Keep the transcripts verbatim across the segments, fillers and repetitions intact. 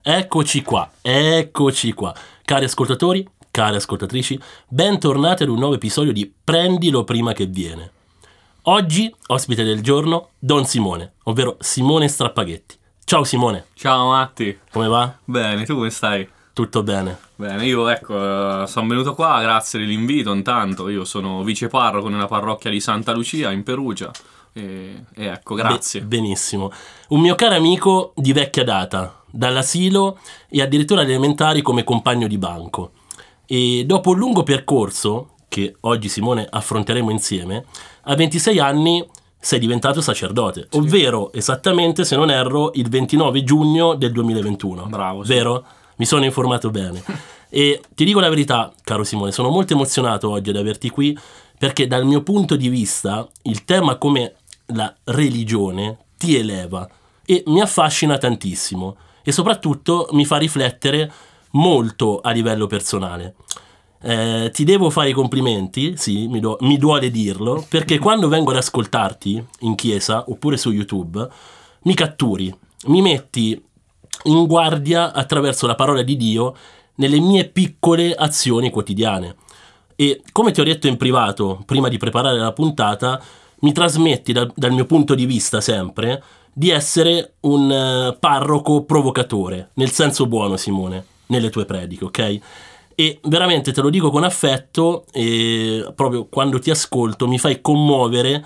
Eccoci qua, eccoci qua. Cari ascoltatori, cari ascoltatrici, bentornati ad un nuovo episodio di Prendilo prima che viene. Oggi, ospite del giorno, Don Simone, ovvero Simone Strappaghetti. Ciao Simone. Ciao Matti. Come va? Bene, tu come stai? Tutto bene. Bene, io ecco, sono venuto qua grazie dell'invito intanto. Io sono viceparroco nella parrocchia di Santa Lucia in Perugia. E, e ecco, grazie. Be- benissimo. Un mio caro amico di vecchia data, dall'asilo e addirittura alle elementari come compagno di banco. E dopo un lungo percorso, che oggi Simone affronteremo insieme, a ventisei anni sei diventato sacerdote, sì. Ovvero esattamente, se non erro, il ventinove giugno del duemilaventuno. Bravo, sì. Vero? Mi sono informato bene. E ti dico la verità, caro Simone, sono molto emozionato oggi ad averti qui, perché dal mio punto di vista il tema come la religione ti eleva e mi affascina tantissimo e soprattutto mi fa riflettere molto a livello personale. Eh, ti devo fare i complimenti, sì, mi, do, mi duole dirlo, perché quando vengo ad ascoltarti in chiesa oppure su YouTube mi catturi, mi metti in guardia attraverso la parola di Dio nelle mie piccole azioni quotidiane. E come ti ho detto in privato prima di preparare la puntata, mi trasmetti dal, dal mio punto di vista sempre di essere un uh, parroco provocatore, nel senso buono, Simone, nelle tue prediche, ok? E veramente te lo dico con affetto, e proprio quando ti ascolto mi fai commuovere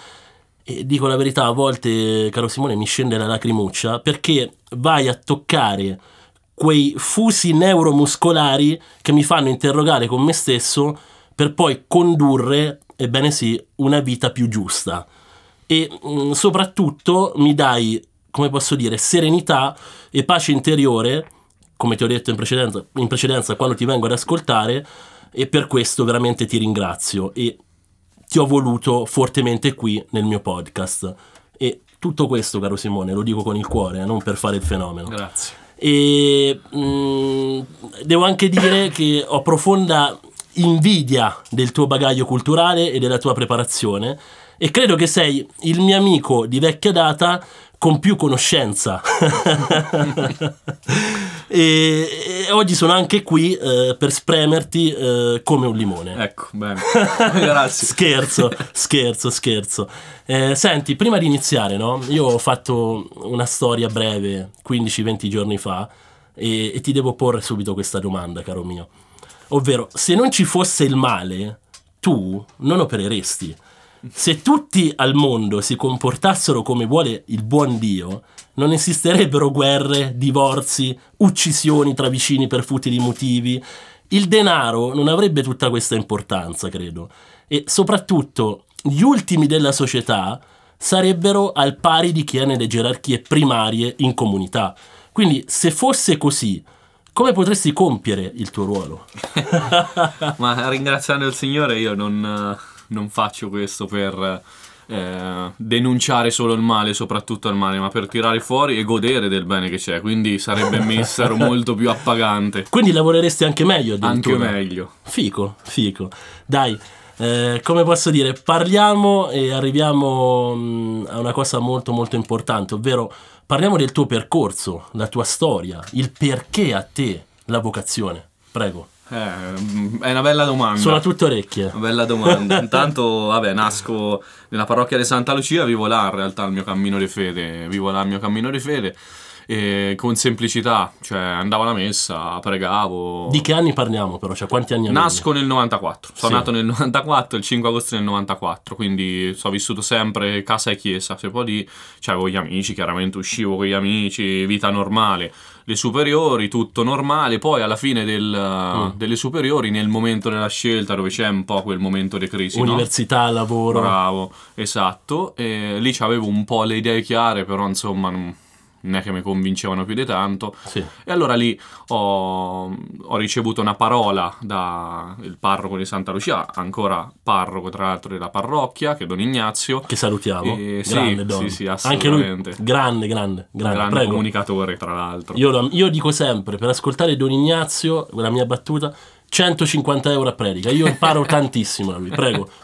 e dico la verità, a volte, caro Simone, mi scende la lacrimuccia perché vai a toccare quei fusi neuromuscolari che mi fanno interrogare con me stesso per poi condurre, ebbene sì, una vita più giusta. E mh, soprattutto mi dai, come posso dire, serenità e pace interiore, come ti ho detto in precedenza, in precedenza quando ti vengo ad ascoltare, e per questo veramente ti ringrazio e ti ho voluto fortemente qui nel mio podcast. E tutto questo, caro Simone, lo dico con il cuore, eh, non per fare il fenomeno. Grazie. E mh, devo anche dire che ho profonda invidia del tuo bagaglio culturale e della tua preparazione e credo che sei il mio amico di vecchia data con più conoscenza e, e oggi sono anche qui eh, per spremerti eh, come un limone. Ecco, bene. Grazie. Scherzo, scherzo, scherzo. Eh, senti, prima di iniziare, no? Io ho fatto una storia breve quindici venti giorni fa e, e ti devo porre subito questa domanda, caro mio. Ovvero, se non ci fosse il male, tu non opereresti. Se tutti al mondo si comportassero come vuole il buon Dio, non esisterebbero guerre, divorzi, uccisioni tra vicini per futili motivi. Il denaro non avrebbe tutta questa importanza, credo. E soprattutto, gli ultimi della società sarebbero al pari di chi è nelle gerarchie primarie in comunità. Quindi, se fosse così, come potresti compiere il tuo ruolo? Ma ringraziando il Signore io non, non faccio questo per eh, denunciare solo il male, soprattutto il male, ma per tirare fuori e godere del bene che c'è. Quindi sarebbe mistero molto più appagante. Quindi lavoreresti anche meglio addirittura? Anche meglio. Fico, fico. Dai, eh, come posso dire, parliamo e arriviamo mh, a una cosa molto molto importante, ovvero parliamo del tuo percorso, la tua storia, il perché a te la vocazione. Prego. Eh, è una bella domanda. Sono a tutte orecchie. Una bella domanda. Intanto, vabbè, nasco nella parrocchia di Santa Lucia, vivo là in realtà il mio cammino di fede, vivo là il mio cammino di fede e con semplicità, cioè andavo alla messa, pregavo. Di che anni parliamo però? Cioè quanti anni avevi? Nasco nel novantaquattro, sono Sì. nato nel novantaquattro, il cinque agosto del novantaquattro, quindi sono vissuto sempre casa e chiesa, se poi lì c'avevo gli amici, chiaramente uscivo con gli amici, vita normale, le superiori, tutto normale, poi alla fine del, mm. delle superiori, nel momento della scelta, dove c'è un po' quel momento di crisi, università, no? lavoro. Bravo, esatto, e lì c'avevo un po' le idee chiare, però insomma non... non è che mi convincevano più di tanto, sì. E allora lì ho, ho ricevuto una parola dal parroco di Santa Lucia, ancora parroco tra l'altro della parrocchia, che è Don Ignazio, che salutiamo, e, grande sì, Don, sì, sì, anche lui grande, grande, grande, grande prego. Comunicatore tra l'altro. Io, lo, io dico sempre, per ascoltare Don Ignazio, la mia battuta, centocinquanta euro a predica, io imparo tantissimo da lui, prego.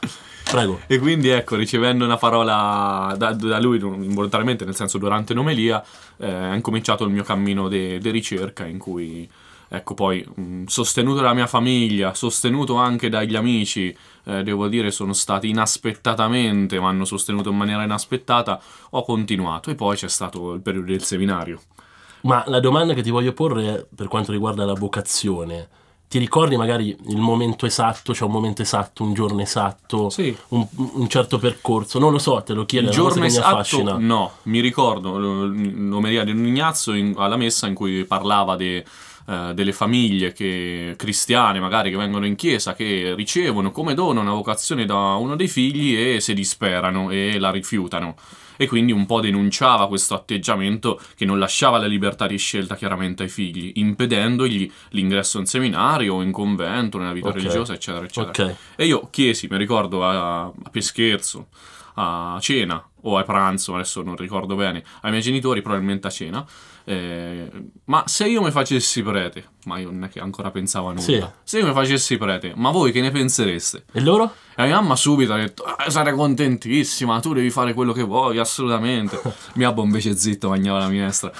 Prego. E quindi ecco, ricevendo una parola da, da lui involontariamente, nel senso durante l'omelia, eh, è incominciato il mio cammino di ricerca in cui, ecco, poi mh, sostenuto dalla mia famiglia, sostenuto anche dagli amici, eh, devo dire sono stati inaspettatamente, mi hanno sostenuto in maniera inaspettata, ho continuato e poi c'è stato il periodo del seminario. Ma la domanda che ti voglio porre è per quanto riguarda la vocazione. Ti ricordi magari il momento esatto, cioè un momento esatto, un giorno esatto, Sì. un, un certo percorso? Non lo so, te lo chiedo, Il è una cosa giorno che mi esatto, affascina. no, mi ricordo l- l'omelia di Don Ignazio in- alla messa in cui parlava de- eh, delle famiglie che, cristiane magari che vengono in chiesa, che ricevono come dono una vocazione da uno dei figli e si disperano e la rifiutano. E quindi un po' denunciava questo atteggiamento che non lasciava la libertà di scelta chiaramente ai figli, impedendogli l'ingresso in seminario o in convento, nella vita Ok. religiosa, eccetera, eccetera. Ok. E io chiesi, mi ricordo a, a Pescherzo, a cena o a pranzo, adesso non ricordo bene, ai miei genitori, probabilmente a cena, eh, ma se io mi facessi prete, ma io non è che ancora pensavo a nulla, Sì. se io mi facessi prete, ma voi che ne pensereste? E loro? E mia mamma subito ha detto, ah, sarei contentissima, tu devi fare quello che vuoi, assolutamente. Mia babbo invece zitto mangiava la minestra.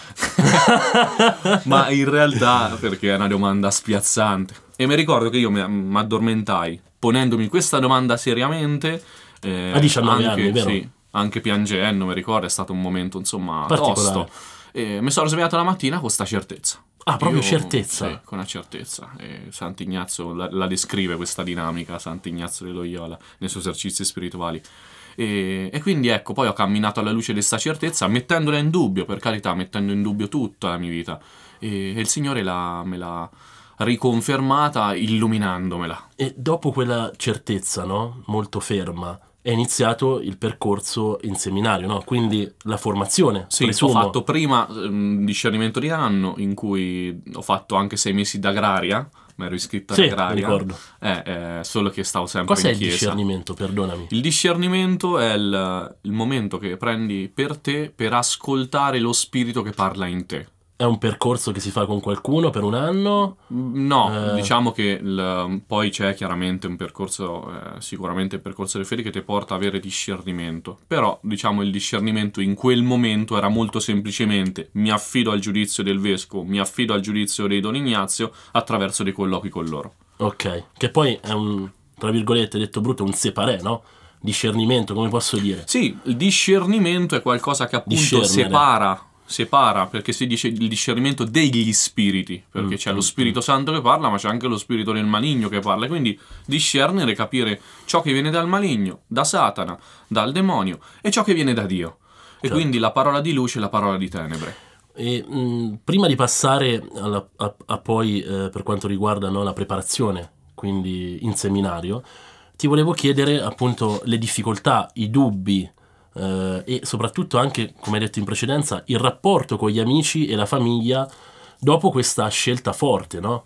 Ma in realtà, perché è una domanda spiazzante. E mi ricordo che io mi addormentai ponendomi questa domanda seriamente. Eh, A diciannove anche, anni, vero? Sì, anche piangendo, mi ricordo, è stato un momento insomma Particolare. tosto. E mi sono svegliato la mattina con sta certezza. Ah, proprio Io- certezza. Sì, con una certezza. E Sant'Ignazio la, la descrive questa dinamica, Sant'Ignazio di Loyola, nei suoi esercizi spirituali. E, e quindi ecco, poi ho camminato alla luce di questa certezza, mettendola in dubbio, per carità, mettendo in dubbio tutta la mia vita. E, e il Signore l'ha- me l'ha riconfermata illuminandomela. E dopo quella certezza, no? Molto ferma, è iniziato il percorso in seminario, no? Quindi la formazione, Sì, presumo. ho fatto prima un discernimento di anno in cui ho fatto anche sei mesi d'agraria, mi ero iscritto Sì, all'agraria. mi ricordo. Eh, eh, solo che stavo sempre Cos'è in il chiesa. discernimento, perdonami? Il discernimento è il, il momento che prendi per te per ascoltare lo spirito che parla in te. È un percorso che si fa con qualcuno per un anno? No, Eh. diciamo che il- poi c'è chiaramente un percorso, eh, sicuramente il percorso delle fedi che ti porta a avere discernimento, però diciamo il discernimento in quel momento era molto semplicemente mi affido al giudizio del vescovo, mi affido al giudizio dei Don Ignazio attraverso dei colloqui con loro. Ok, che poi è un, tra virgolette, detto brutto, un separé, no? Discernimento, come posso dire? Sì, il discernimento è qualcosa che appunto Discernere. separa, separa, perché si dice il discernimento degli spiriti, perché Mm, c'è mm, lo Spirito Santo che parla, ma c'è anche lo spirito del maligno che parla, quindi discernere, capire ciò che viene dal maligno, da Satana, dal demonio, e ciò che viene da Dio. E Certo. quindi la parola di luce e la parola di tenebre. E mh, prima di passare alla- a, a poi eh, per quanto riguarda, no, la preparazione, quindi in seminario, ti volevo chiedere appunto le difficoltà, i dubbi eh, e soprattutto anche, come detto in precedenza, il rapporto con gli amici e la famiglia dopo questa scelta forte, no?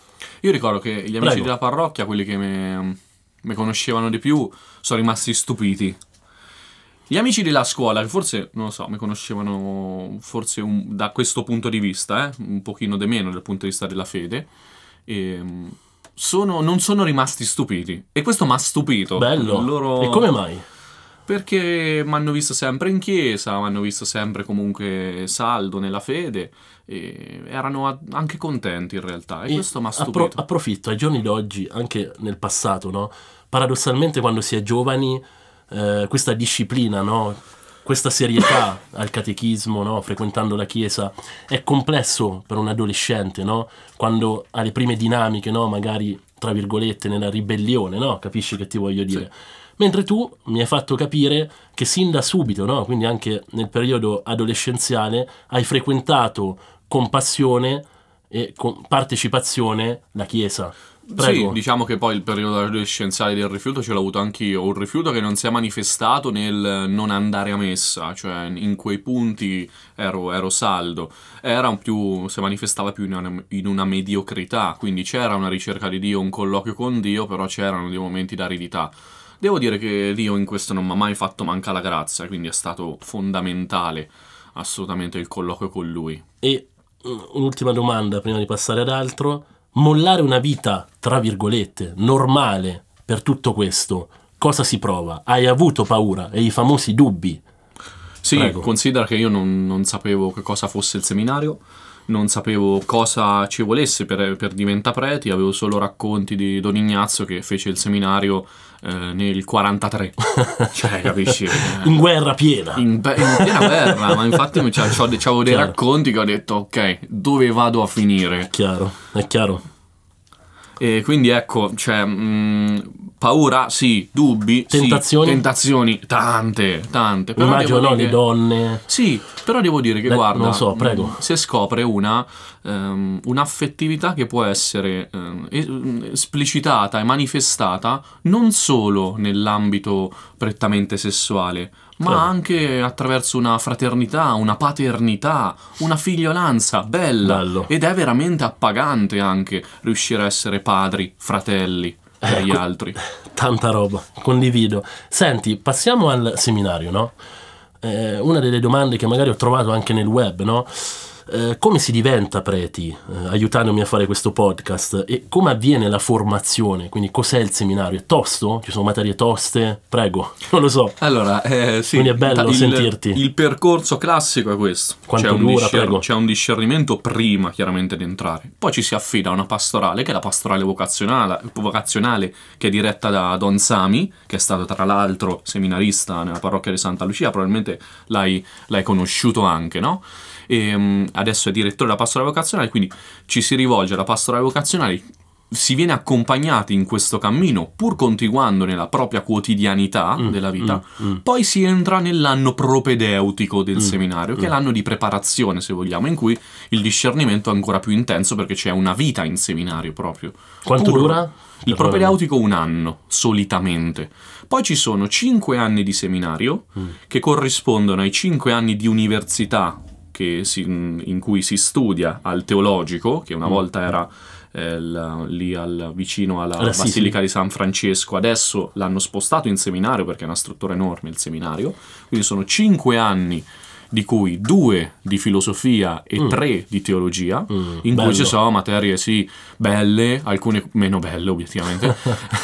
Io ricordo che gli amici Prego. della parrocchia, quelli che me- mi conoscevano di più, sono rimasti stupiti. Gli amici della scuola, che forse, non lo so, mi conoscevano forse un- da questo punto di vista, eh, un pochino di meno dal punto di vista della fede, ehm, sono- non sono rimasti stupiti. E questo mi ha stupito. Bello. Loro- E come mai? Perché mi hanno visto sempre in chiesa, mi hanno visto sempre comunque saldo nella fede e erano a- anche contenti in realtà. E, E questo mi ha appro- stupito. approfitto ai giorni d'oggi, anche nel passato, no? Paradossalmente quando si è giovani, eh, questa disciplina, no? Questa serietà al catechismo, no? Frequentando la chiesa, è complesso per un adolescente, no? Quando ha le prime dinamiche, no? Magari, tra virgolette, nella ribellione, no? Capisci che ti voglio dire? Mentre tu mi hai fatto capire che sin da subito, no? Quindi anche nel periodo adolescenziale, hai frequentato con passione e con partecipazione la chiesa. Prego. Sì, diciamo che poi il periodo adolescenziale del rifiuto ce l'ho avuto anch'io, un rifiuto che non si è manifestato nel non andare a messa, cioè in quei punti ero, ero saldo, era un più, si manifestava più in una, in una mediocrità, quindi c'era una ricerca di Dio, un colloquio con Dio, però c'erano dei momenti d'aridità. Devo dire che Dio in questo non mi ha mai fatto mancare la grazia, quindi è stato fondamentale assolutamente il colloquio con Lui. E mm, un'ultima domanda prima di passare ad altro. Mollare una vita, tra virgolette, normale per tutto questo, cosa si prova? Hai avuto paura e i famosi dubbi? Sì, Prego. considera che io non, non sapevo che cosa fosse il seminario, non sapevo cosa ci volesse per, per diventare preti, avevo solo racconti di Don Ignazio che fece il seminario eh, nel quarantatré, cioè capisci? In guerra piena. In, in piena guerra, ma infatti c'avevo dei Chiaro. racconti che ho detto ok, dove vado a finire? Chiaro, è chiaro. E quindi ecco, cioè, mh, paura, sì, dubbi, Tentazioni? sì, tentazioni, tante, tante. Però Immagino devo no, dire- le donne. Sì, però devo dire che Beh, guarda, non so, prego. mh, se scopre una ehm, un'affettività che può essere ehm, es- esplicitata e manifestata non solo nell'ambito prettamente sessuale, ma Certo. anche attraverso una fraternità, una paternità, una figliolanza bella. Bello. Ed è veramente appagante anche riuscire a essere padri, fratelli per gli Ecco. altri. Tanta roba, condivido. Senti, passiamo al seminario, no? Eh, una delle domande che magari ho trovato anche nel web, no? Eh, come si diventa preti, eh, aiutandomi a fare questo podcast, e come avviene la formazione, quindi cos'è il seminario? È tosto? Ci sono materie toste? Prego, non lo so. Allora, eh, sì, Quindi è bello il, sentirti. Il percorso classico è questo. Quanto c'è un, dura, discer- prego. c'è un discernimento prima, chiaramente, di entrare. Poi ci si affida a una pastorale, che è la pastorale vocazionale, vocazionale che è diretta da Don Sami, che è stato tra l'altro seminarista nella parrocchia di Santa Lucia. Probabilmente l'hai, l'hai conosciuto anche, no? E um, adesso è direttore della pastorale vocazionale, quindi ci si rivolge alla pastorale vocazionale, si viene accompagnati in questo cammino pur continuando nella propria quotidianità Mm, della vita. mm, mm. Poi si entra nell'anno propedeutico del Mm, seminario, che è mm. l'anno di preparazione, se vogliamo, in cui il discernimento è ancora più intenso perché c'è una vita in seminario proprio. Quanto Pur- dura? Il propedeutico un anno, solitamente. Poi ci sono cinque anni di seminario Mm. che corrispondono ai cinque anni di università che si- in cui si studia al teologico, che una Mm. volta era eh, l- lì al- vicino alla Allora, sì, Basilica sì. di San Francesco, adesso l'hanno spostato in seminario perché è una struttura enorme il seminario, quindi sono cinque anni di cui due di filosofia e Mm. tre di teologia, Mm, in bello. cui ci sono materie sì belle, alcune meno belle obiettivamente,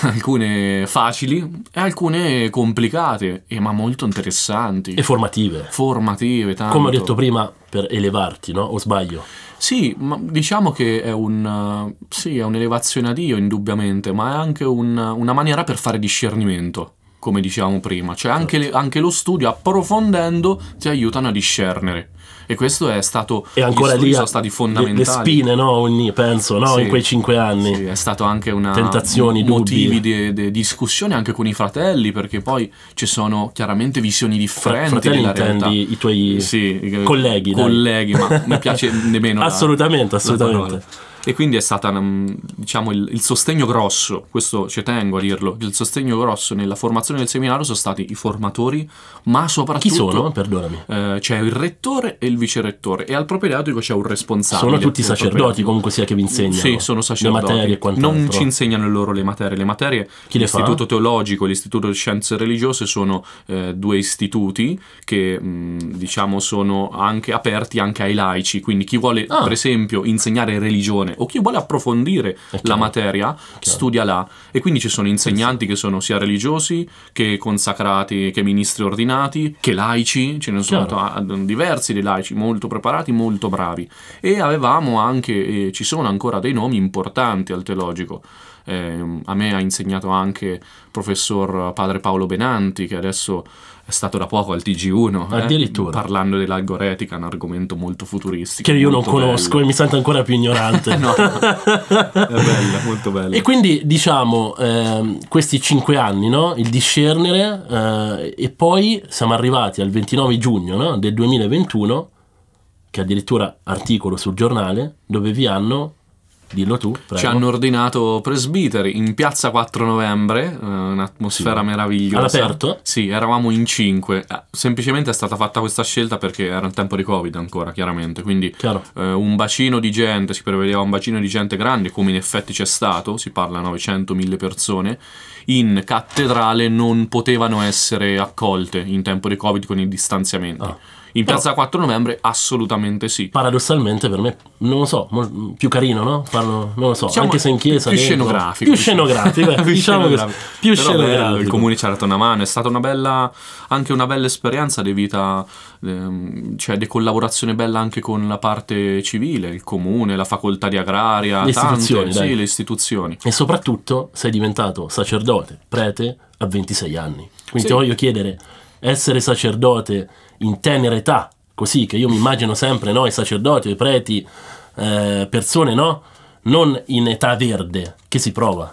alcune facili e alcune complicate, e ma molto interessanti, E formative. formative, tanto. Come ho detto prima, per elevarti, no? O sbaglio? Sì, ma diciamo che è un uh, sì, è un'elevazione a Dio indubbiamente, ma è anche un- una maniera per fare discernimento, come dicevamo prima. Cioè anche, le- anche lo studio, approfondendo, ti aiutano a discernere. E questo è stato, E ancora gli studi lì sono a- stati le, fondamentali. le spine, no? Ogni, penso, no? Sì. In quei cinque anni. Sì, è stato anche una Tentazioni, motivi dubbi. di, di discussione anche con i fratelli, perché poi ci sono chiaramente visioni Fra- differenti fratelli della realtà. intendi i tuoi Sì, eh, colleghi, dai. colleghi, ma mi piace nemmeno la- Assolutamente, la assolutamente. parola. E quindi è stata, mm, diciamo, il, il sostegno grosso, questo ci tengo a dirlo, il sostegno grosso nella formazione del seminario sono stati i formatori, ma soprattutto Chi sono? Perdonami. eh, c'è il rettore e il vicerettore, e al propedeutico c'è un responsabile. Sono tutti del sacerdoti, propedeutico. comunque sia, che vi insegnano. Sì, sono sacerdoti. Le materie e quant'altro. Non ci insegnano loro le materie. Le materie, Chi le fa? l'Istituto Teologico e l'Istituto di Scienze Religiose sono eh, due istituti che mh, diciamo sono anche aperti anche ai laici. Quindi chi vuole, Ah. per esempio, insegnare religione o chi vuole approfondire la chiaro. materia, studia là. E quindi ci sono insegnanti che sono sia religiosi che consacrati, che ministri ordinati, che laici. Ce ne sono Chiaro. t- diversi dei laici molto preparati, molto bravi. E avevamo anche, e ci sono ancora dei nomi importanti al teologico. Eh, a me ha insegnato anche il professor padre Paolo Benanti, che adesso è stato da poco al T G uno, eh, Addirittura. parlando dell'algoretica, un argomento molto futuristico. Che io non molto conosco bello. e mi sento ancora più ignorante. No, è bella, molto bella. E quindi diciamo ehm, questi cinque anni, no? Il discernere, eh, e poi siamo arrivati al ventinove giugno, no? Del duemilaventuno, che addirittura articolo sul giornale, dove vi hanno, dillo tu, prego. Ci hanno ordinato presbiteri in piazza quattro novembre, eh, un'atmosfera Sì. meravigliosa. All'aperto? Sì, eravamo in cinque. Eh, semplicemente è stata fatta questa scelta perché era un tempo di Covid ancora, chiaramente. Quindi Chiaro. eh, un bacino di gente, si prevedeva un bacino di gente grande, come in effetti c'è stato, si parla novecento mille persone. In cattedrale non potevano essere accolte in tempo di Covid con i distanziamenti. Ah. In piazza quattro novembre assolutamente sì. Paradossalmente per me, non lo so, mol- più carino, no? Farlo, non lo so, Diciamo, anche se in chiesa più dentro, scenografico, più scenografico, eh, più diciamo così, scenografico. più Però bello, scenografico. il comune ci ha dato una mano, è stata una bella, anche una bella esperienza di vita, ehm, cioè di collaborazione bella anche con la parte civile, il comune, la facoltà di agraria, Le istituzioni, tante, dai. sì, le istituzioni. E soprattutto sei diventato sacerdote, prete a ventisei anni. Quindi Sì. ti voglio chiedere, essere sacerdote in tenera età, così che io mi immagino sempre, no, i sacerdoti, i preti, eh, persone, no, non in età verde, che si prova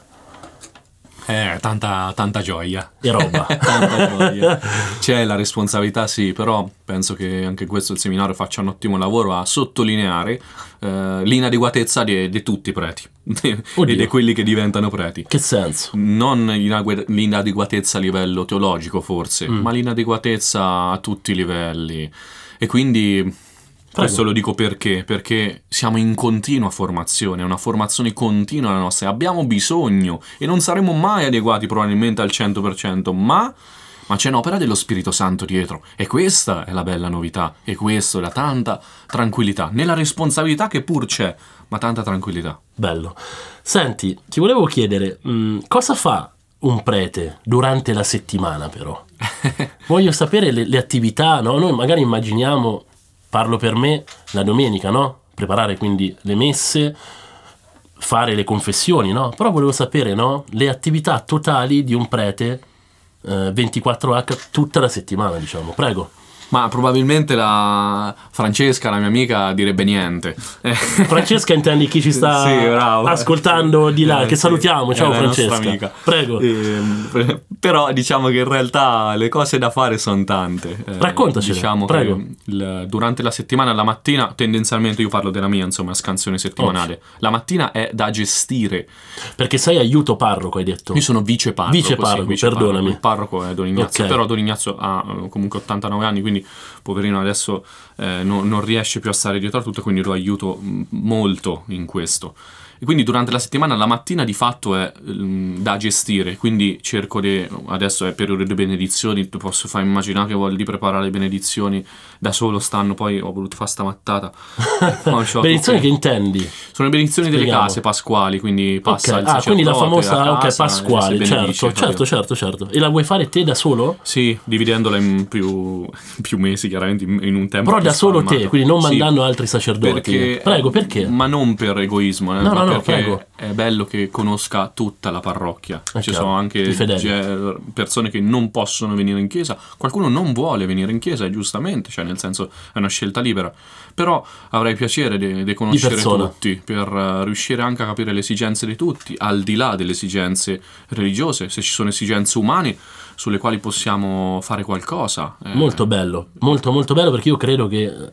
Eh, tanta, tanta gioia. e roba. Tanta gioia. C'è la responsabilità, sì, però penso che anche questo il seminario faccia un ottimo lavoro a sottolineare eh, l'inadeguatezza di, di tutti i preti e di quelli che diventano preti. Che senso? Non l'inague- l'inadeguatezza a livello teologico forse, Mm. ma l'inadeguatezza a tutti i livelli. E quindi questo lo dico perché? Perché siamo in continua formazione, è una formazione continua la nostra, abbiamo bisogno e non saremo mai adeguati probabilmente al cento per cento, ma, ma c'è un'opera dello Spirito Santo dietro e questa è la bella novità e questa è la tanta tranquillità, nella responsabilità che pur c'è, ma tanta tranquillità. Bello. Senti, ti volevo chiedere, mh, cosa fa un prete durante la settimana però? Voglio sapere le, le attività, no? Noi magari immaginiamo, parlo per me, la domenica, no? Preparare quindi le messe, fare le confessioni, no? Però volevo sapere, no? Le attività totali di un prete eh, ventiquattro acca tutta la settimana, diciamo. Prego. Ma probabilmente la Francesca, la mia amica, direbbe niente. Francesca intendi chi ci sta Sì, bravo. ascoltando di là, Eh, che sì. salutiamo, ciao È la nostra Francesca. amica. Prego. Ehm, però diciamo che in realtà le cose da fare sono tante. Eh, Raccontacele, diciamo prego. che il- durante la settimana, la mattina, tendenzialmente io parlo della mia, insomma, scansione settimanale. La mattina è da gestire. Perché sei aiuto parroco, hai detto. Io sono vice parroco. Vice parroco, sì, perdonami. Il parroco è Don Ignazio, Ok. però Don Ignazio ha eh, comunque ottantanove anni, quindi poverino adesso eh, no- non riesce più a stare dietro a tutto, quindi lo aiuto mh, molto in questo. E quindi durante la settimana, la mattina di fatto è mm, da gestire, quindi cerco di, adesso è periodo di benedizioni, ti posso far immaginare che voglio di preparare le benedizioni da solo, stanno, poi ho voluto fare sta mattata. Non c'ho Benedizioni che tutte- intendi? Sono le benedizioni delle Spieghiamo. case pasquali, quindi passa Ok, il ah, quindi la sacerdote famosa a ok, casa, pasquale, si benedice, certo, certo, capito? certo, certo. E la vuoi fare te da solo? Sì, dividendola in più, più mesi, chiaramente, in in un tempo Però più da solo spalmato. te, quindi non Sì, mandando altri sacerdoti. perché, Prego, perché? Ma non per egoismo, eh, No, ma no, no, perché prego. è bello che conosca tutta la parrocchia. È Ci chiaro, sono anche i fedeli. ge- persone che non possono venire in chiesa, qualcuno non vuole venire in chiesa, giustamente, cioè nel senso è una scelta libera. Però avrei piacere di, di conoscere persona. tutti, per eh, riuscire anche a capire le esigenze di tutti, al di là delle esigenze religiose, se ci sono esigenze umane sulle quali possiamo fare qualcosa. eh, Molto bello, molto molto bello, perché io credo che eh,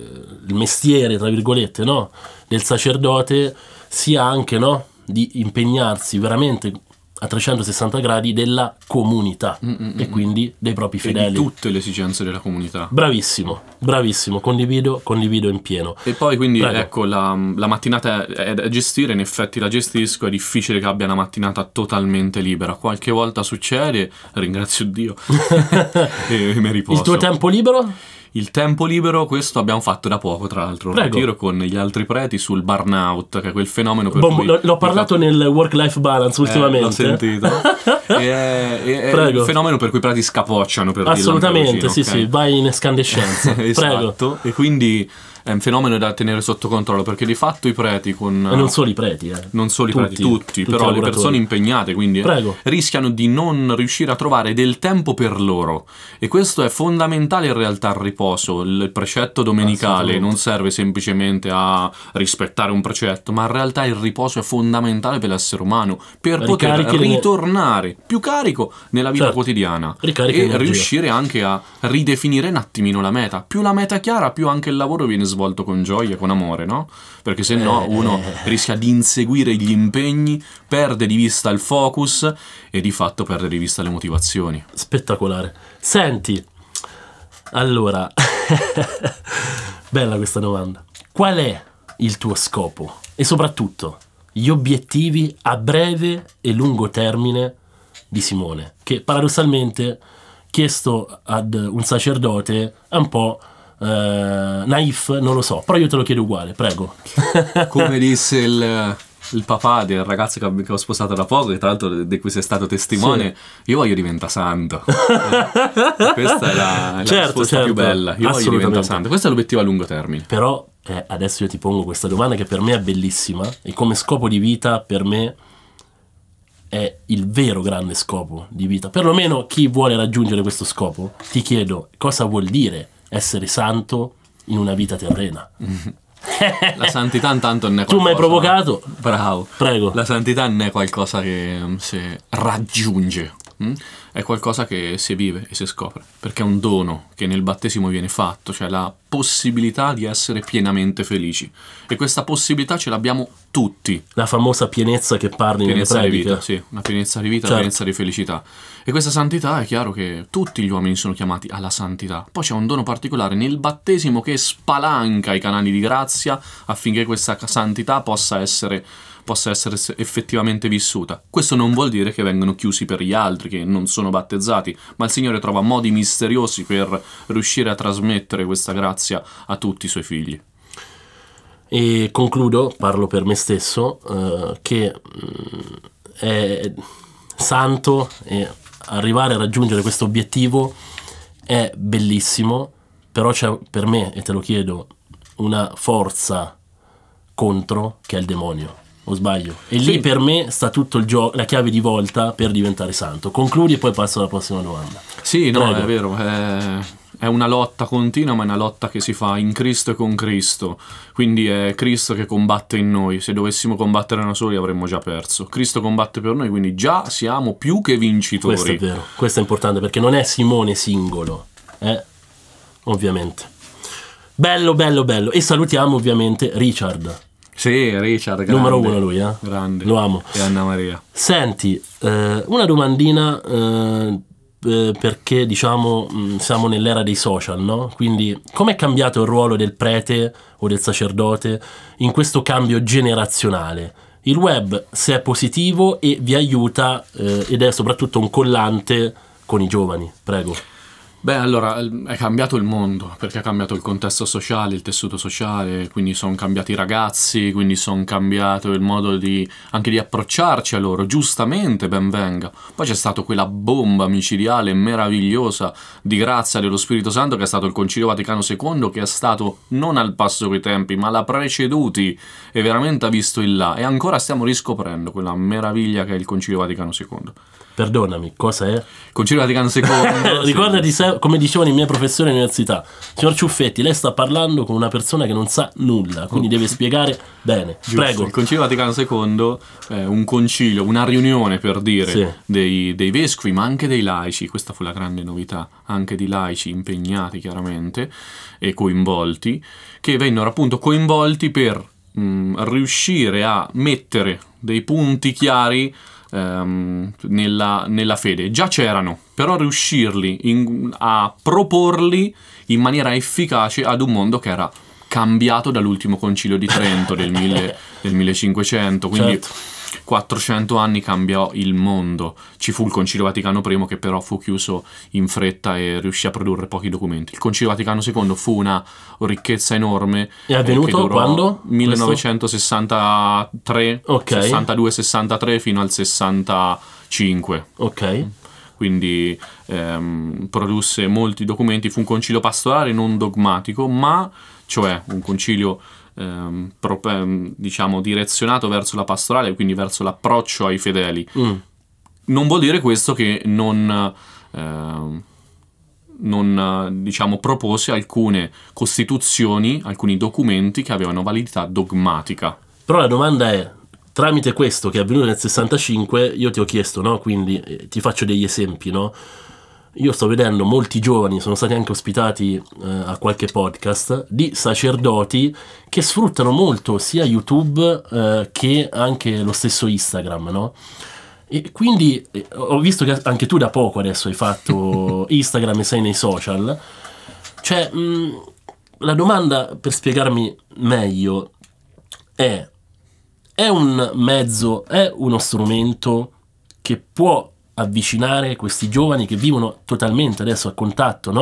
il mestiere, tra virgolette, no, del sacerdote sia anche, no, di impegnarsi veramente a trecentosessanta gradi della comunità e quindi dei propri e di fedeli. tutte le esigenze della comunità. Bravissimo, bravissimo, condivido, condivido in pieno. E poi quindi Prego. ecco la, la mattinata è, è da gestire, in effetti la gestisco, è difficile che abbia una mattinata totalmente libera, qualche volta succede, ringrazio Dio e mi riposo. Il tuo tempo libero? Il tempo libero, questo abbiamo fatto da poco tra l'altro, un Prego. ritiro con gli altri preti sul burnout, che è quel fenomeno per Bom, cui... l'ho, l'ho parlato nel work-life balance ultimamente. Eh, l'ho sentito. E è, è- è Prego. il fenomeno per cui i preti scapocciano, per dirla Assolutamente, ancora sì, vicino, sì, ok? vai in escandescenza. Prego. Esatto, e quindi è un fenomeno da tenere sotto controllo, perché di fatto i preti con... E non solo i preti, eh. non solo i Tutti, preti, tutti, tutti i però le lavoratori. persone impegnate, quindi eh, Prego. rischiano di non riuscire a trovare del tempo per loro. E questo è fondamentale in realtà al riposo. Il precetto domenicale Assolutamente. non serve semplicemente a rispettare un precetto, ma in realtà il riposo è fondamentale per l'essere umano, per poter Ricarichi le- ritornare più carico nella vita Certo. quotidiana Ricarichi e energia. riuscire anche a ridefinire un attimino la meta. Più la meta è chiara, più anche il lavoro viene svolto con gioia, con amore, no? Perché se no Eh, uno eh. rischia di inseguire gli impegni, perde di vista il focus e di fatto perde di vista le motivazioni. Spettacolare. Senti, allora, bella questa domanda. Qual è il tuo scopo? E soprattutto, gli obiettivi a breve e lungo termine di Simone? Che paradossalmente, chiesto ad un sacerdote, è un po' uh, naif, non lo so, però io te lo chiedo uguale, prego. Come disse il, il papà del ragazzo che, che ho sposato da poco, che tra l'altro di cui sei stato testimone, sì. Io voglio diventare santo. eh, questa è la, la certo, risposta certo, più bella. Io voglio diventare santo. Questo è l'obiettivo a lungo termine. Però eh, adesso io ti pongo questa domanda che per me è bellissima e come scopo di vita per me è il vero grande scopo di vita. Perlomeno chi vuole raggiungere questo scopo, ti chiedo cosa vuol dire essere santo in una vita terrena. La santità intanto non è qualcosa... Tu mi hai provocato? Bravo. Prego. La santità non è qualcosa che um, si raggiunge, hm? È qualcosa che si vive e si scopre, perché è un dono che nel battesimo viene fatto, cioè la possibilità di essere pienamente felici. E questa possibilità ce l'abbiamo tutti. La famosa pienezza che parli nelle Pienezza di prediche. vita, sì, una pienezza di vita, certo. Una pienezza di felicità. E questa santità è chiaro che tutti gli uomini sono chiamati alla santità. Poi c'è un dono particolare nel battesimo che spalanca i canali di grazia affinché questa santità possa essere, possa essere effettivamente vissuta. Questo non vuol dire che vengono chiusi per gli altri, che non sono battezzati, ma il Signore trova modi misteriosi per riuscire a trasmettere questa grazia a tutti i suoi figli. E concludo, parlo per me stesso, eh, che mh, è santo e arrivare a raggiungere questo obiettivo è bellissimo, però c'è per me, e te lo chiedo, una forza contro che è il demonio, o sbaglio? E lì sì. Per me sta tutto il gioco, la chiave di volta per diventare santo. Concludi e poi passo alla prossima domanda. Sì, no, Prego. è vero, è, è una lotta continua, ma è una lotta che si fa in Cristo e con Cristo, quindi è Cristo che combatte in noi. Se dovessimo combattere da soli avremmo già perso. Cristo combatte per noi, quindi già siamo più che vincitori. Questo è vero, questo è importante perché non è Simone singolo, eh? Ovviamente. Bello, bello, bello. E salutiamo ovviamente Richard. Sì, Richard, grande. Numero uno lui, eh? Grande. Lo amo. E Anna Maria. Senti, eh, una domandina eh, eh, perché diciamo mh, siamo nell'era dei social, no? Quindi com'è cambiato il ruolo del prete o del sacerdote in questo cambio generazionale? Il web, se è positivo e vi aiuta eh, ed è soprattutto un collante con i giovani, prego. Beh, allora, è cambiato il mondo, perché è cambiato il contesto sociale, il tessuto sociale, quindi sono cambiati i ragazzi, quindi sono cambiato il modo di anche di approcciarci a loro, giustamente, ben venga. Poi c'è stata quella bomba micidiale meravigliosa di grazia dello Spirito Santo che è stato il Concilio Vaticano secondo, che è stato non al passo coi tempi, ma l'ha preceduti e veramente ha visto il là. E ancora stiamo riscoprendo quella meraviglia che è il Concilio Vaticano secondo. Perdonami, cosa è? Concilio Vaticano secondo. Ricordati, se, come dicevano i miei professori all'università, signor Ciuffetti, lei sta parlando con una persona che non sa nulla, quindi deve spiegare bene. Giusto. Prego. Il Concilio Vaticano secondo è un concilio, una riunione per dire Sì. dei, dei vescovi, ma anche dei laici. Questa fu la grande novità, anche di laici impegnati chiaramente e coinvolti, che vennero appunto coinvolti per mh, riuscire a mettere dei punti chiari Nella, nella fede. Già c'erano, però riuscirli in, a proporli in maniera efficace ad un mondo che era cambiato dall'ultimo concilio di Trento del, mille, del millecinquecento, quindi certo. quattrocento anni cambiò il mondo. Ci fu il Concilio Vaticano primo che però fu chiuso in fretta e riuscì a produrre pochi documenti. Il Concilio Vaticano secondo fu una ricchezza enorme. È avvenuto eh, che durò quando? millenovecentosessantatré, Ok. sessantadue sessantatré fino al sessantacinque. Ok. Quindi ehm, produsse molti documenti. Fu un concilio pastorale non dogmatico, ma cioè un concilio ehm, pro, ehm, diciamo direzionato verso la pastorale, quindi verso l'approccio ai fedeli. Mm. Non vuol dire questo che non ehm, non diciamo propose alcune costituzioni, alcuni documenti che avevano validità dogmatica. Però la domanda è, tramite questo che è avvenuto nel sessantacinque, io ti ho chiesto, no? Quindi eh, ti faccio degli esempi, no? Io sto vedendo molti giovani, sono stati anche ospitati eh, a qualche podcast, di sacerdoti che sfruttano molto sia YouTube eh, che anche lo stesso Instagram, no? E quindi eh, ho visto che anche tu da poco adesso hai fatto Instagram e sei nei social. Cioè, mh, la domanda per spiegarmi meglio è: è un mezzo, è uno strumento che può avvicinare questi giovani che vivono totalmente adesso a contatto, no?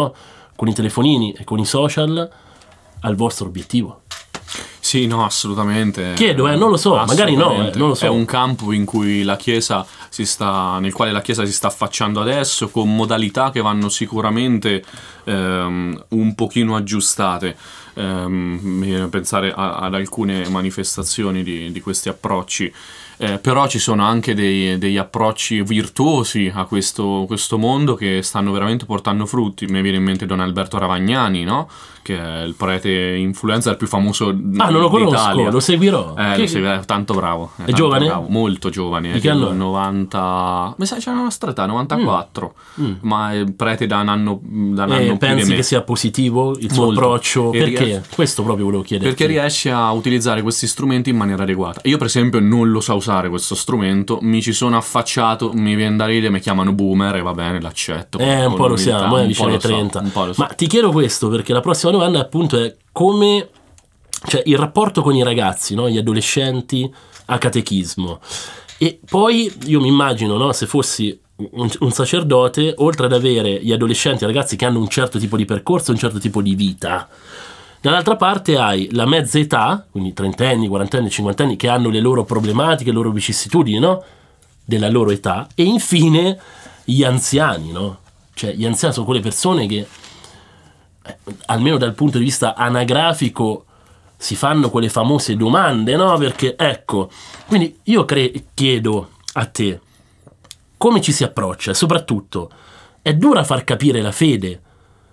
con i telefonini e con i social al vostro obiettivo? Sì, no, assolutamente. Chiedo, eh, non lo so, magari no, eh, non lo so. È un campo in cui la Chiesa si sta, nel quale la Chiesa si sta affacciando adesso, con modalità che vanno sicuramente ehm, un pochino aggiustate. Um, mi viene a pensare a, ad alcune manifestazioni di, di questi approcci. Eh, però ci sono anche dei, degli approcci virtuosi a questo, questo mondo che stanno veramente portando frutti. Mi viene in mente Don Alberto Ravagnani, no? Che è il prete influencer più famoso ah, non lo conosco, d'Italia. Lo seguirò. Eh, che... lo seguirò, è tanto bravo. È, è tanto giovane? Bravo, molto giovane. Di è che anno? novanta... Mi sa c'è una stretta, novantaquattro. Mm. Mm. Ma è prete da un anno, da un eh, anno più pensi di me. che sia positivo il suo Molto. approccio? E Perché? ries- Questo proprio volevo chiedere. Perché riesce a utilizzare questi strumenti in maniera adeguata. Io per esempio non lo so usare questo strumento, mi ci sono affacciato, mi viene da ridere, mi chiamano boomer e va bene, l'accetto. Eh, un po' lo siamo, è vicino ai trenta. So, Ma ti chiedo questo perché la prossima domanda appunto è come, cioè il rapporto con i ragazzi, no? Gli adolescenti a catechismo. E poi io mi immagino, no? Se fossi un, un sacerdote, oltre ad avere gli adolescenti, i ragazzi che hanno un certo tipo di percorso, un certo tipo di vita, dall'altra parte hai la mezza età, quindi trentenni, quarantenni, cinquantenni, che hanno le loro problematiche, le loro vicissitudini, no? Della loro età, e infine gli anziani, no? Cioè gli anziani sono quelle persone che eh, almeno dal punto di vista anagrafico si fanno quelle famose domande, no? Perché ecco, quindi io cre- chiedo a te come ci si approccia e soprattutto è dura far capire la fede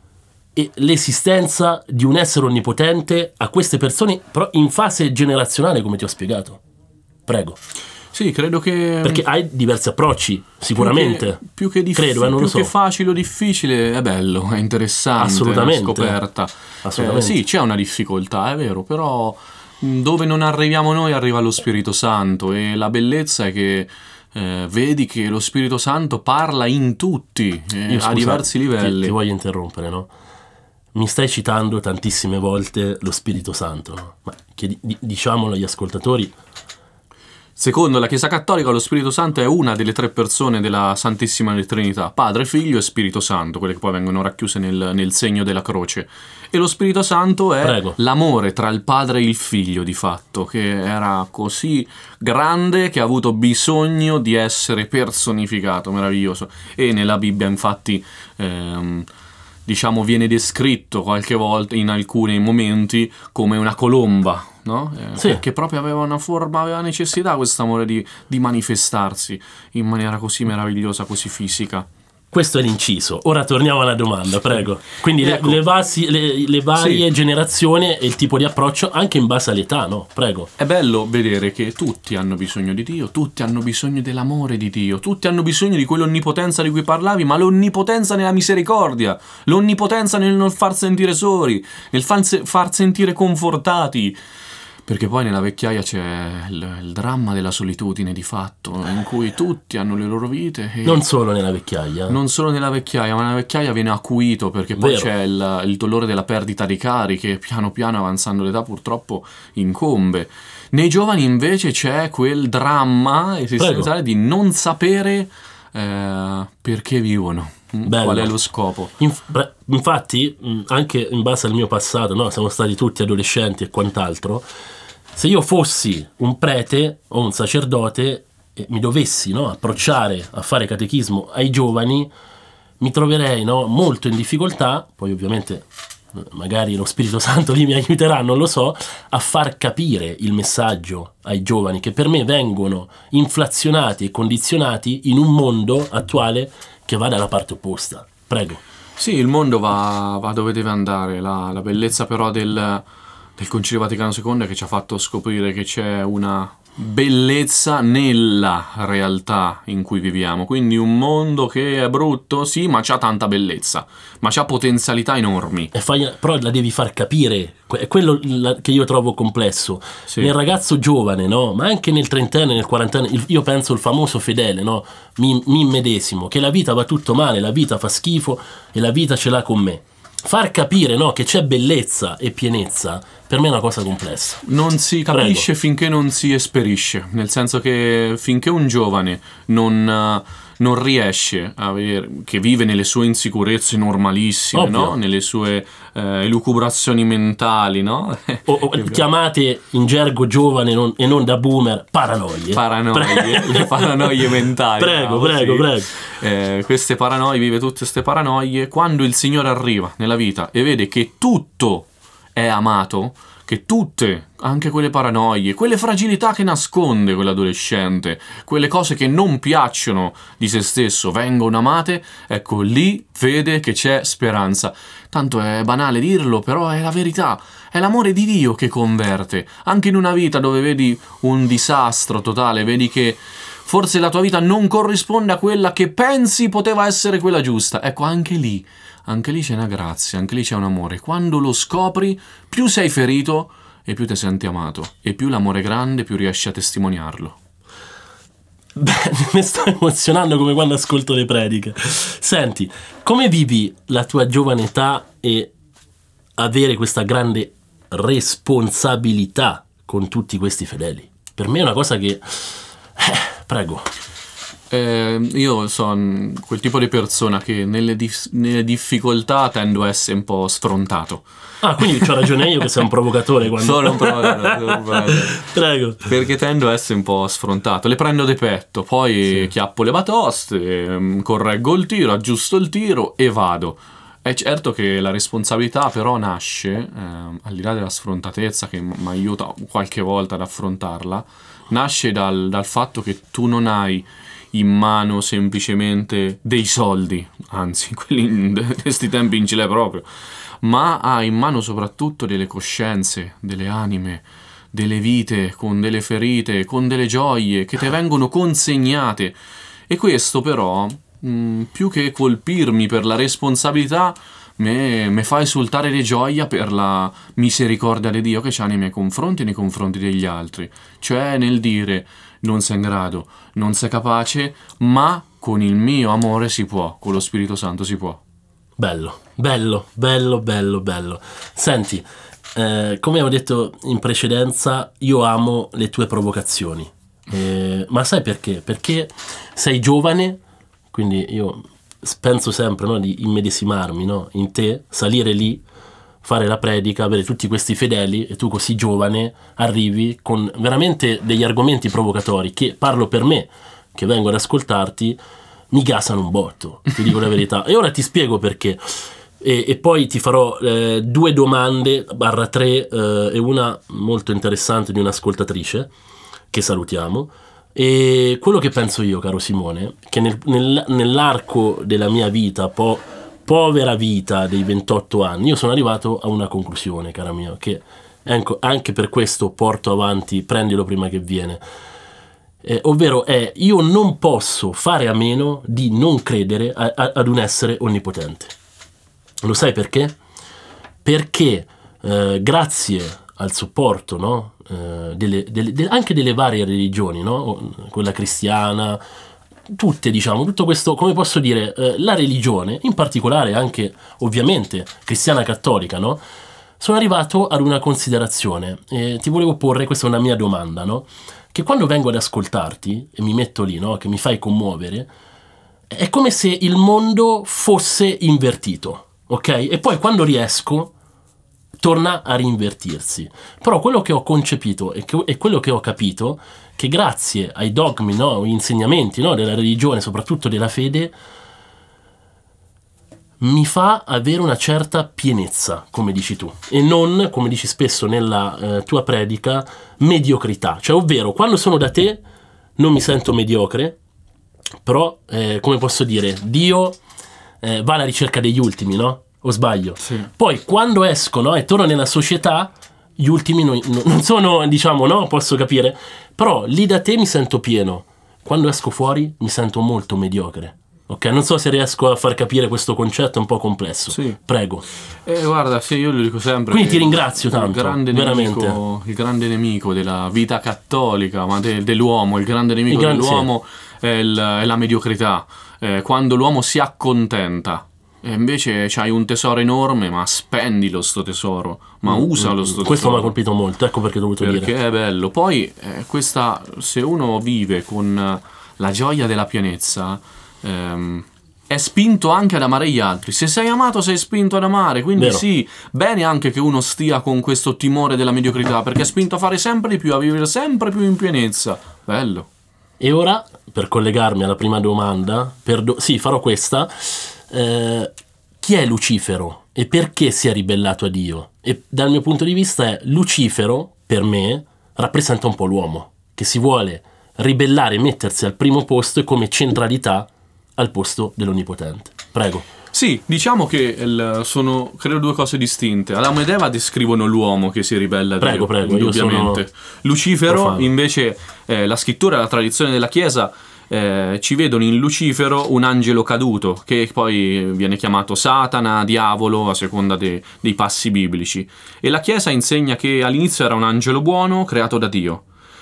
e l'esistenza di un essere onnipotente a queste persone però in fase generazionale, come ti ho spiegato. Prego. Sì, credo che... Perché hai diversi approcci, sicuramente. Più che, più che, diffi- credo, eh, non più lo so. che facile o difficile, è bello, è interessante, assolutamente. È una scoperta. Assolutamente. Eh, sì, c'è una difficoltà, è vero, però dove non arriviamo noi arriva lo Spirito Santo e la bellezza è che eh, vedi che lo Spirito Santo parla in tutti, eh, Io, scusa, a diversi livelli. Ti, ti voglio interrompere, no? Mi stai citando tantissime volte lo Spirito Santo, no? Ma che, diciamolo agli ascoltatori... Secondo la Chiesa Cattolica lo Spirito Santo è una delle tre persone della Santissima Trinità, Padre, Figlio e Spirito Santo, quelle che poi vengono racchiuse nel, nel segno della croce. E lo Spirito Santo è Prego. l'amore tra il Padre e il Figlio, di fatto, che era così grande che ha avuto bisogno di essere personificato, meraviglioso. E nella Bibbia infatti... Ehm, diciamo viene descritto qualche volta in alcuni momenti come una colomba, no? Eh, sì. Perché proprio aveva una forma, aveva necessità questo amore di, di manifestarsi in maniera così meravigliosa, così fisica. Questo è l'inciso. Ora torniamo alla domanda, prego. Quindi ecco. le, le, vasi, le, le varie sì. generazioni e il tipo di approccio anche in base all'età, no? Prego. È bello vedere che tutti hanno bisogno di Dio, tutti hanno bisogno dell'amore di Dio, tutti hanno bisogno di quell'onnipotenza di cui parlavi, ma l'onnipotenza nella misericordia, l'onnipotenza nel non far sentire soli, nel far sentire confortati. Perché poi nella vecchiaia c'è il, il dramma della solitudine di fatto, in cui tutti hanno le loro vite. E non solo nella vecchiaia. Non solo nella vecchiaia, ma nella vecchiaia viene acuito, perché poi Vero. c'è il, il dolore della perdita di cari, che piano piano avanzando l'età purtroppo incombe. Nei giovani invece c'è quel dramma esistenziale di non sapere eh, perché vivono. Bello. Qual è lo scopo? Inf- infatti, anche in base al mio passato, no? Siamo stati tutti adolescenti e quant'altro. Se io fossi un prete o un sacerdote e mi dovessi, no, approcciare a fare catechismo ai giovani, mi troverei, no, molto in difficoltà, poi ovviamente magari lo Spirito Santo lì mi aiuterà, non lo so, a far capire il messaggio ai giovani che per me vengono inflazionati e condizionati in un mondo attuale che va dalla parte opposta. Prego. Sì, il mondo va, va dove deve andare. La, la bellezza però del, del Concilio Vaticano secondo è che ci ha fatto scoprire che c'è una bellezza nella realtà in cui viviamo. Quindi un mondo che è brutto, sì, ma c'ha tanta bellezza, ma c'ha potenzialità enormi. E fai, però la devi far capire. È quello la, che io trovo complesso. Sì. Nel ragazzo giovane, no? Ma anche nel trentenne, nel quarantenne, il, io penso il famoso fedele, no? Mi, mi immedesimo, che la vita va tutto male, la vita fa schifo e la vita ce l'ha con me. Far capire, no, che c'è bellezza e pienezza per me è una cosa complessa. Non si capisce Prego. finché non si esperisce, nel senso che finché un giovane non, eh, non riesce a avere, che vive nelle sue insicurezze normalissime, Ovvio. no? Nelle sue eh, elucubrazioni mentali, no? O, o, chiamate in gergo giovane non- e non da boomer paranoie. Paranoie, le paranoie mentali. Prego, bravo, prego, sì. prego. Eh, queste paranoie, vive tutte queste paranoie. Quando il Signore arriva nella vita e vede che tutto è amato, che tutte, anche quelle paranoie, quelle fragilità che nasconde quell'adolescente, quelle cose che non piacciono di se stesso, vengono amate, ecco lì vede che c'è speranza. Tanto è banale dirlo, però è la verità. È l'amore di Dio che converte. Anche in una vita dove vedi un disastro totale, vedi che forse la tua vita non corrisponde a quella che pensi poteva essere quella giusta. Ecco, anche lì, anche lì c'è una grazia, anche lì c'è un amore. Quando lo scopri, più sei ferito e più ti senti amato. E più l'amore è grande, più riesci a testimoniarlo. Beh, mi sto emozionando come quando ascolto le prediche. Senti, come vivi la tua giovane età e avere questa grande responsabilità con tutti questi fedeli? Per me è una cosa che... Eh, prego. Eh, io sono quel tipo di persona che nelle, dif- nelle difficoltà tendo a essere un po' sfrontato. Ah, quindi c'ho ragione io che sei un provocatore quando... Sono un provocatore, sono un provocatore. Prego. Perché tendo a essere un po' sfrontato, le prendo de petto, poi chiappo le batoste, ehm, correggo il tiro, aggiusto il tiro e vado. È certo che la responsabilità però nasce, ehm, al di là della sfrontatezza che mi aiuta qualche volta ad affrontarla, nasce dal, dal fatto che tu non hai in mano semplicemente dei soldi, anzi, quelli in questi tempi non ce l'hai proprio, ma hai in mano soprattutto delle coscienze, delle anime, delle vite con delle ferite, con delle gioie che ti vengono consegnate. E questo però, mh, più che colpirmi per la responsabilità, mi fa esultare di gioia per la misericordia di Dio che c'ha nei miei confronti e nei confronti degli altri. Cioè nel dire, non sei in grado, non sei capace, ma con il mio amore si può, con lo Spirito Santo si può. Bello, bello, bello, bello, bello. Senti, eh, come avevo detto in precedenza, io amo le tue provocazioni. Eh, ma sai perché? Perché sei giovane, quindi io penso sempre, no, di immedesimarmi, no, in te, salire lì, fare la predica, avere tutti questi fedeli e tu così giovane arrivi con veramente degli argomenti provocatori che, parlo per me, che vengo ad ascoltarti, mi gasano un botto, ti dico la verità. E ora ti spiego perché. E, e poi ti farò eh, due domande, barra tre, eh, e una molto interessante di un'ascoltatrice, che salutiamo. E quello che penso io, caro Simone, che nel, nel, nell'arco della mia vita, po, povera vita dei ventotto anni, io sono arrivato a una conclusione, cara mia, che ecco, anche per questo porto avanti, prendilo prima che viene. Eh, ovvero è, io non posso fare a meno di non credere a, a, ad un essere onnipotente. Lo sai perché? Perché eh, grazie al supporto, no? eh, delle, delle, delle, anche delle varie religioni, no? Quella cristiana, tutte, diciamo, tutto questo, come posso dire, eh, la religione, in particolare anche ovviamente cristiana cattolica, no? Sono arrivato ad una considerazione, eh, ti volevo porre, questa è una mia domanda, no? Che quando vengo ad ascoltarti e mi metto lì, no, che mi fai commuovere, è come se il mondo fosse invertito, ok? E poi quando riesco torna a rinvertirsi. Però quello che ho concepito e, che, e quello che ho capito, che grazie ai dogmi, no, agli insegnamenti, no, della religione, soprattutto della fede, mi fa avere una certa pienezza, come dici tu, e non, come dici spesso nella eh, tua predica, mediocrità. Cioè, ovvero, quando sono da te non mi sento mediocre, però, eh, come posso dire, Dio eh, va alla ricerca degli ultimi, no? O sbaglio? Sì. Poi, quando esco, no, e torno nella società, gli ultimi non, non sono, diciamo, no? Posso capire, però lì da te mi sento pieno. Quando esco fuori mi sento molto mediocre. Ok, non so se riesco a far capire questo concetto, è un po' complesso. Sì. Prego. Eh, guarda, sì, io lo dico sempre. Quindi ti ringrazio il tanto, grande veramente. Nemico, il grande nemico della vita cattolica, ma de, dell'uomo, il grande nemico Il grande, dell'uomo è, il, è la mediocrità. Eh, quando l'uomo si accontenta E invece c'hai un tesoro enorme, ma spendilo sto tesoro, ma Mm, usalo mm, sto Questo mi ha tesoro. colpito molto, ecco perché ho dovuto Perché dire. è bello. Poi, eh, questa, se uno vive con eh, la gioia della pienezza, ehm, è spinto anche ad amare gli altri. Se sei amato, sei spinto ad amare. Quindi Vero. sì, bene anche che uno stia con questo timore della mediocrità, perché è spinto a fare sempre di più, a vivere sempre più in pienezza. Bello. E ora, per collegarmi alla prima domanda, perdo- sì, farò questa. Eh, chi è Lucifero e perché si è ribellato a Dio? E dal mio punto di vista è Lucifero, per me, rappresenta un po' l'uomo, che si vuole ribellare e mettersi al primo posto e come centralità al posto dell'Onnipotente. Prego. Sì, diciamo che il- sono, credo, due cose distinte. Adamo ed Eva descrivono l'uomo che si ribella a Prego, Dio, prego, io indubbiamente. sono Lucifero, profano. invece, eh, la scrittura e la tradizione della Chiesa eh, ci vedono in Lucifero un angelo caduto, che poi viene chiamato Satana, diavolo, a seconda de- dei passi biblici. E la Chiesa insegna che all'inizio era un angelo buono creato da Dio.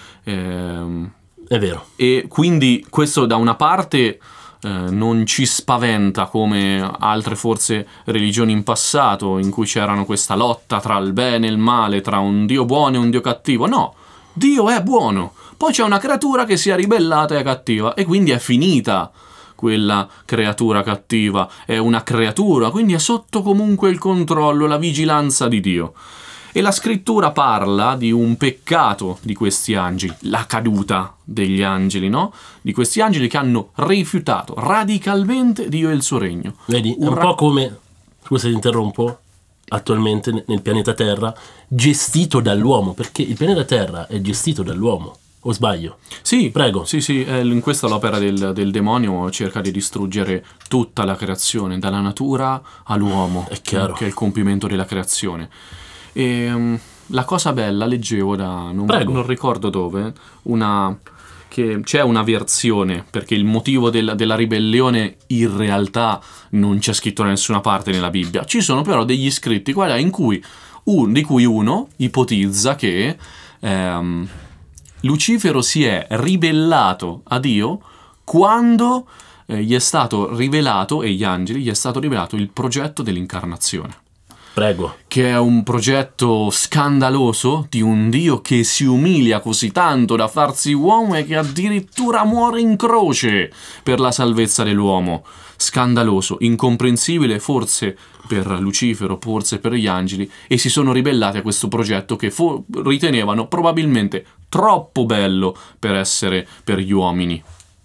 Ehm, È vero. e quindi questo da una parte eh, non ci spaventa come altre forse religioni in passato in cui c'erano questa lotta tra il bene e il male, tra un Dio buono e un Dio cattivo. No, Dio è buono. Poi c'è una creatura che si è ribellata e è cattiva e quindi è finita quella creatura cattiva. È una creatura, quindi è sotto comunque il controllo, la vigilanza di Dio. E la scrittura parla di un peccato di questi angeli, la caduta degli angeli, no? Di questi angeli che hanno rifiutato radicalmente Dio e il suo regno. Vedi, è Un un ra- po' come, scusa ti interrompo, attualmente ne- nel pianeta Terra, gestito dall'uomo, perché il pianeta Terra è gestito dall'uomo, o sbaglio? Sì, Prego. Sì, sì, eh, in questa l'opera del, del demonio cerca di distruggere tutta la creazione, dalla natura all'uomo, È chiaro. che è il compimento della creazione. E um, la cosa bella, leggevo da non, Prego. non ricordo dove, una che c'è una versione, perché il motivo del- della ribellione in realtà non c'è scritto da nessuna parte nella Bibbia. Ci sono però degli scritti qua e là in cui un- di cui uno ipotizza che ehm, Lucifero si è ribellato a Dio quando eh, gli è stato rivelato, e gli angeli, gli è stato rivelato il progetto dell'incarnazione, Prego. che è un progetto scandaloso di un Dio che si umilia così tanto da farsi uomo e che addirittura muore in croce per la salvezza dell'uomo. Scandaloso, incomprensibile forse per Lucifero, forse per gli angeli, e si sono ribellati a questo progetto che fo- ritenevano probabilmente troppo bello per essere per gli uomini.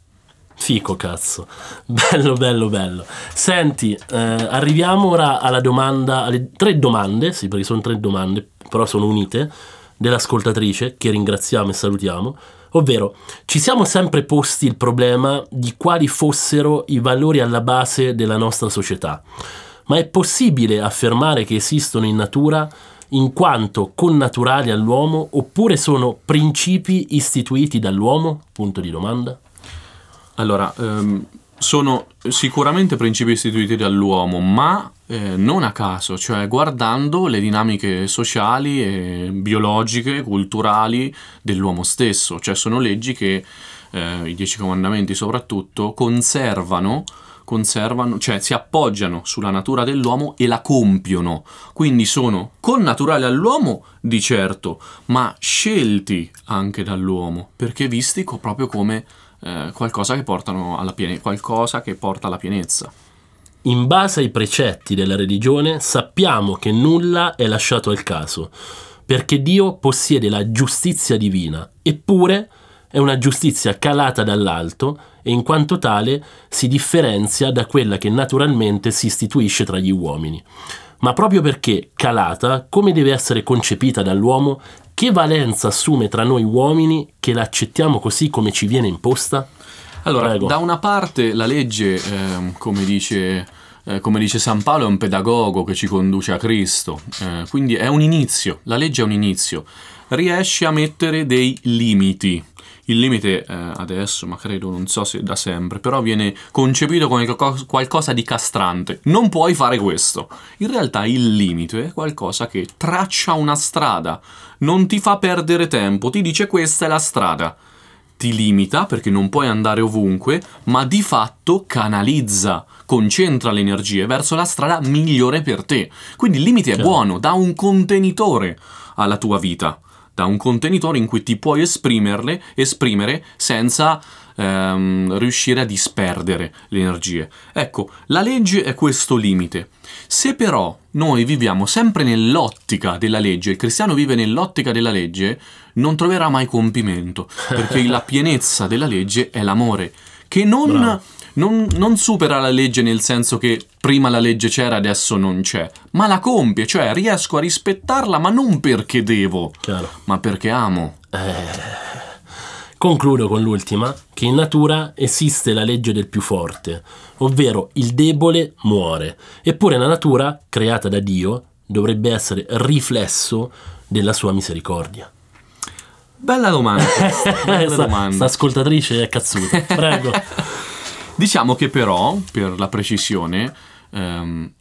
Fico, cazzo. Bello, bello, bello. Senti, eh, arriviamo ora alla domanda, alle tre domande, sì, perché sono tre domande, però sono unite, dell'ascoltatrice, che ringraziamo e salutiamo, ovvero, ci siamo sempre posti il problema di quali fossero i valori alla base della nostra società, ma è possibile affermare che esistono in natura in quanto connaturali all'uomo, oppure sono principi istituiti dall'uomo? Punto di domanda. Allora, ehm, sono sicuramente principi istituiti dall'uomo, ma eh, non a caso, cioè guardando le dinamiche sociali, e biologiche, culturali dell'uomo stesso. Cioè sono leggi che, eh, i Dieci Comandamenti soprattutto, conservano, conservano, cioè si appoggiano sulla natura dell'uomo e la compiono. Quindi sono connaturali all'uomo, di certo, ma scelti anche dall'uomo, perché visti co- proprio come eh, qualcosa che portano alla piene- qualcosa che porta alla pienezza. In base ai precetti della religione sappiamo che nulla è lasciato al caso, perché Dio possiede la giustizia divina, eppure è una giustizia calata dall'alto e in quanto tale si differenzia da quella che naturalmente si istituisce tra gli uomini. Ma proprio perché calata, come deve essere concepita dall'uomo, che valenza assume tra noi uomini che la accettiamo così come ci viene imposta? Allora, Prego. da una parte la legge, ehm, come dice, eh, come dice San Paolo, è un pedagogo che ci conduce a Cristo, eh, quindi è un inizio, la legge è un inizio, riesce a mettere dei limiti. Il limite eh, adesso, ma credo, non so se da sempre, però viene concepito come qualco- qualcosa di castrante. Non puoi fare questo. In realtà il limite è qualcosa che traccia una strada, non ti fa perdere tempo, ti dice questa è la strada. Ti limita perché non puoi andare ovunque, ma di fatto canalizza, concentra le energie verso la strada migliore per te. Quindi il limite è Certo. buono, dà un contenitore alla tua vita, dà un contenitore in cui ti puoi esprimerle, esprimere senza ehm, riuscire a disperdere le energie. Ecco, la legge è questo limite. Se però noi viviamo sempre nell'ottica della legge, il cristiano vive nell'ottica della legge, non troverà mai compimento, perché la pienezza della legge è l'amore, che non, non, non supera la legge nel senso che prima la legge c'era, adesso non c'è, ma la compie, cioè riesco a rispettarla, ma non perché devo, Chiaro. ma perché amo. Concludo con l'ultima, che in natura esiste la legge del più forte, ovvero il debole muore. Eppure la natura, creata da Dio, dovrebbe essere riflesso della sua misericordia. Bella domanda. Bella sta, domanda. sta ascoltatrice è cazzuta. Prego. Diciamo che però, per la precisione, ehm,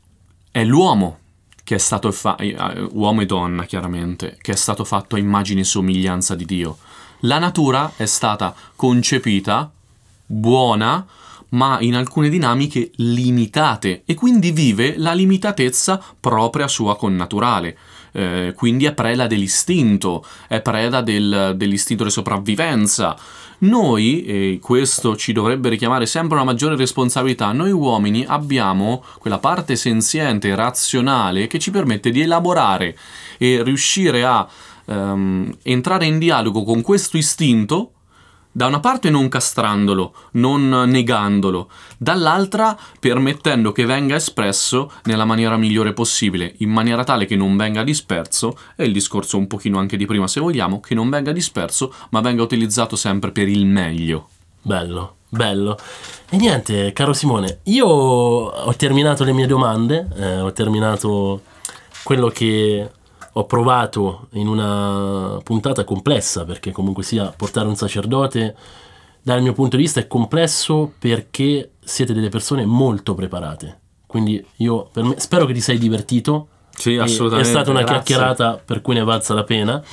è l'uomo che è stato fa- eh, uomo e donna chiaramente, che è stato fatto a immagine e somiglianza di Dio. La natura è stata concepita buona, ma in alcune dinamiche limitate, e quindi vive la limitatezza propria sua connaturale. Eh, quindi è preda dell'istinto, è preda del, dell'istinto di sopravvivenza. Noi, e questo ci dovrebbe richiamare sempre una maggiore responsabilità, noi uomini abbiamo quella parte senziente e razionale che ci permette di elaborare e riuscire a um, entrare in dialogo con questo istinto, da una parte non castrandolo, non negandolo, dall'altra permettendo che venga espresso nella maniera migliore possibile, in maniera tale che non venga disperso, è il discorso un pochino anche di prima se vogliamo, che non venga disperso ma venga utilizzato sempre per il meglio. Bello, bello. E niente, caro Simone, io ho terminato le mie domande, eh, ho terminato quello che ho provato in una puntata complessa, perché comunque sia portare un sacerdote dal mio punto di vista è complesso, perché siete delle persone molto preparate. Quindi io per me, spero che ti sei divertito. Sì, E assolutamente. è stata una grazie. chiacchierata per cui ne è valsa la pena.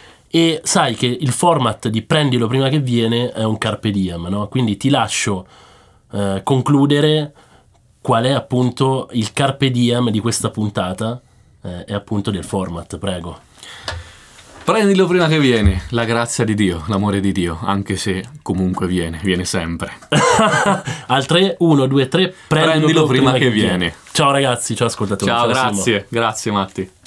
E sai che il format di prendilo prima che viene è un carpe diem, no? Quindi ti lascio eh, concludere qual è appunto il carpe diem di questa puntata eh, e appunto del format, prego. Prendilo prima che viene, la grazia di Dio, l'amore di Dio, anche se comunque viene, viene sempre. Al tre, uno, due, tre, prendilo, Prendilo prima che viene. Ciao ragazzi, ciao ascoltatori. Ciao, Simo. grazie, grazie Matti.